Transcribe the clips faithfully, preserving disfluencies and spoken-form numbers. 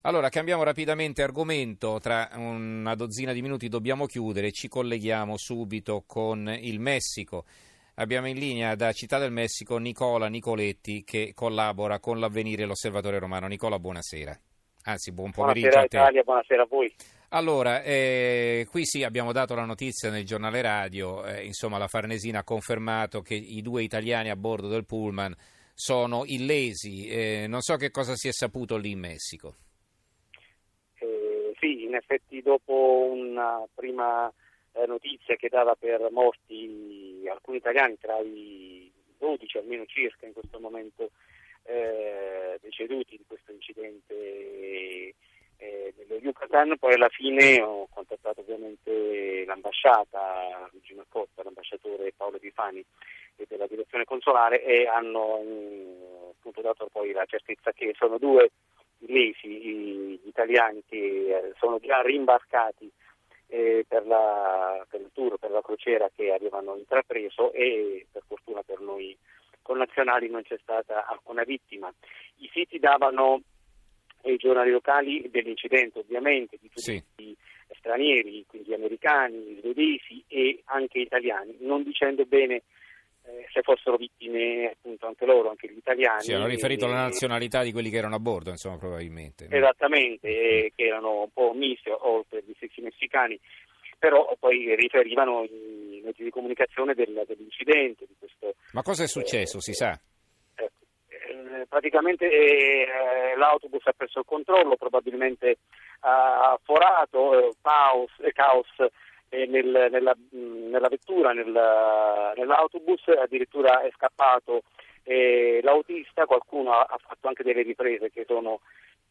Allora, cambiamo rapidamente argomento, tra una dozzina di minuti dobbiamo chiudere, ci colleghiamo subito con il Messico. Abbiamo in linea da Città del Messico Nicola Nicoletti che collabora con l'Avvenire e l'Osservatore Romano. Nicola, buonasera. Anzi, buon pomeriggio buonasera a te. Italia, buonasera a voi. Allora, eh, qui sì, abbiamo dato la notizia nel giornale radio, eh, insomma la Farnesina ha confermato che i due italiani a bordo del pullman sono illesi, eh, non so che cosa si è saputo lì in Messico. Eh, sì, in effetti dopo una prima eh, notizia che dava per morti alcuni italiani, tra i dodici almeno circa in questo momento eh, deceduti di questo incidente eh, dello Yucatan, poi alla fine ho contattato ovviamente l'ambasciata Luigi Marcotta, l'ambasciatore Paolo Epifani e della direzione consolare, e hanno eh, appunto dato poi la certezza che sono due illesi gli italiani che eh, sono già rimbarcati eh, per, la, per il tour, per la crociera che avevano intrapreso, e per fortuna per noi connazionali non c'è stata alcuna vittima. I siti davano ai giornali locali dell'incidente ovviamente di tutti Sì. gli stranieri, quindi americani, svedesi e anche italiani, non dicendo bene eh, se fossero vittime appunto anche loro, anche gli italiani. Sì, hanno riferito e, alla nazionalità di quelli che erano a bordo, insomma, probabilmente. Esattamente, eh, che erano un po' misti, oltre gli stessi messicani, però poi riferivano i mezzi di comunicazione del, dell'incidente. Di questo, Ma cosa è successo, eh, si sa? Eh, eh, praticamente eh, l'autobus ha perso il controllo, probabilmente ha forato, eh, caos, eh, caos eh, nel, nella, mh, nella vettura, nel, nell'autobus, addirittura è scappato eh, l'autista. Qualcuno ha, ha fatto anche delle riprese che sono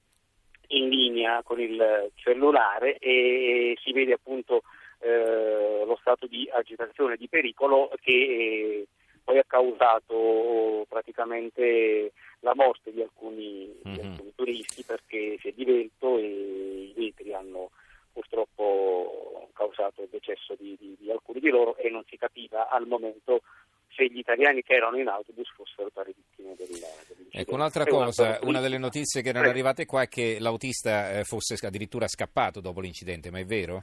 in linea con il cellulare, e si vede appunto eh, lo stato di agitazione, di pericolo, che eh, poi ha causato praticamente la morte di alcuni, mm-hmm. di alcuni turisti, perché si è divelto e i vetri hanno purtroppo causato il decesso di, di, di alcuni di loro, e non si capiva al momento se gli italiani che erano in autobus fossero tali vittime della, dell'incidente. Ecco, un'altra cosa, una delle notizie che erano Prego. arrivate qua è che l'autista eh, fosse addirittura scappato dopo l'incidente, ma è vero?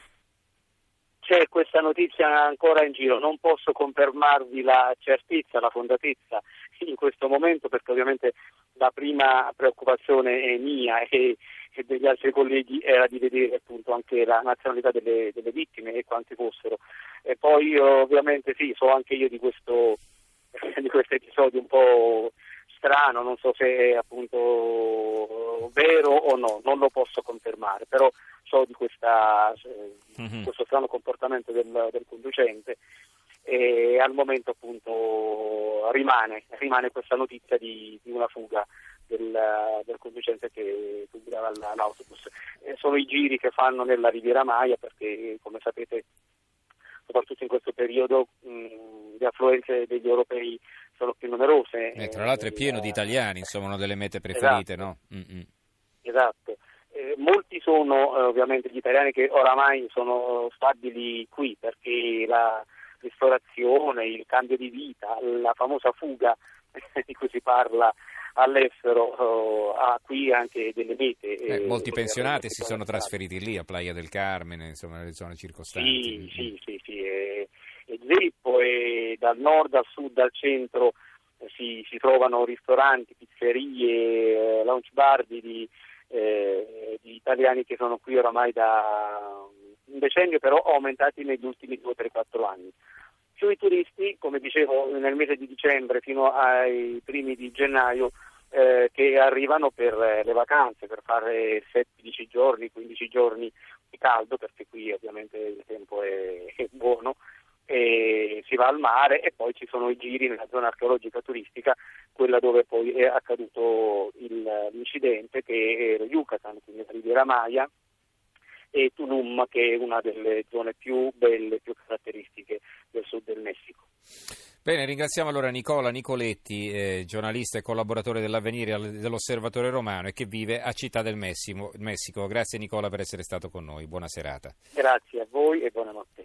C'è questa notizia ancora in giro, non posso confermarvi la certezza, la fondatezza in questo momento, perché ovviamente la prima preoccupazione è mia e, e degli altri colleghi era di vedere appunto anche la nazionalità delle, delle vittime e quanti fossero. E poi ovviamente sì, so anche io di questo di questo episodio un po' strano, non so se è appunto vero o no, non lo posso confermare, però so di questa, mm-hmm. questo strano comportamento del, del conducente, e al momento appunto rimane, rimane questa notizia di, di una fuga del, del conducente che guidava l'autobus. E sono i giri che fanno nella Riviera Maya, perché come sapete soprattutto in questo periodo mh, le affluenze degli europei sono più numerose. Eh, tra l'altro è pieno eh, di italiani, insomma, una delle mete preferite, esatto, no? Mm-mm. Esatto. Eh, molti sono eh, ovviamente gli italiani che oramai sono stabili qui, perché la ristorazione, il cambio di vita, la famosa fuga di cui si parla all'estero, uh, ha qui anche delle mete. Eh, eh, molti pensionati si sono stati. trasferiti lì a Playa del Carmen, insomma, nelle zone circostanti. Sì, sì, sì, sì. E, e zeppo, e dal nord al sud al centro eh, si, si trovano ristoranti, pizzerie, eh, lounge bar di, di, eh, di italiani che sono qui oramai da un decennio, però aumentati negli ultimi due, tre, quattro anni. Più i turisti, come dicevo, nel mese di dicembre fino ai primi di gennaio, eh, che arrivano per eh, le vacanze, per fare sedici giorni, quindici giorni di caldo, perché qui ovviamente il tempo è, è buono, e si va al mare, e poi ci sono i giri nella zona archeologica turistica, quella dove poi è accaduto il, l'incidente, che è lo Yucatan, quindi la Riviera Maya, e Tulum, che è una delle zone più belle, più caratteristiche del sud del Messico. Bene, ringraziamo allora Nicola Nicoletti, eh, giornalista e collaboratore dell'Avvenire e dell'Osservatore Romano, e che vive a Città del Messico. Messico. Grazie Nicola per essere stato con noi, buona serata. Grazie a voi e buonanotte.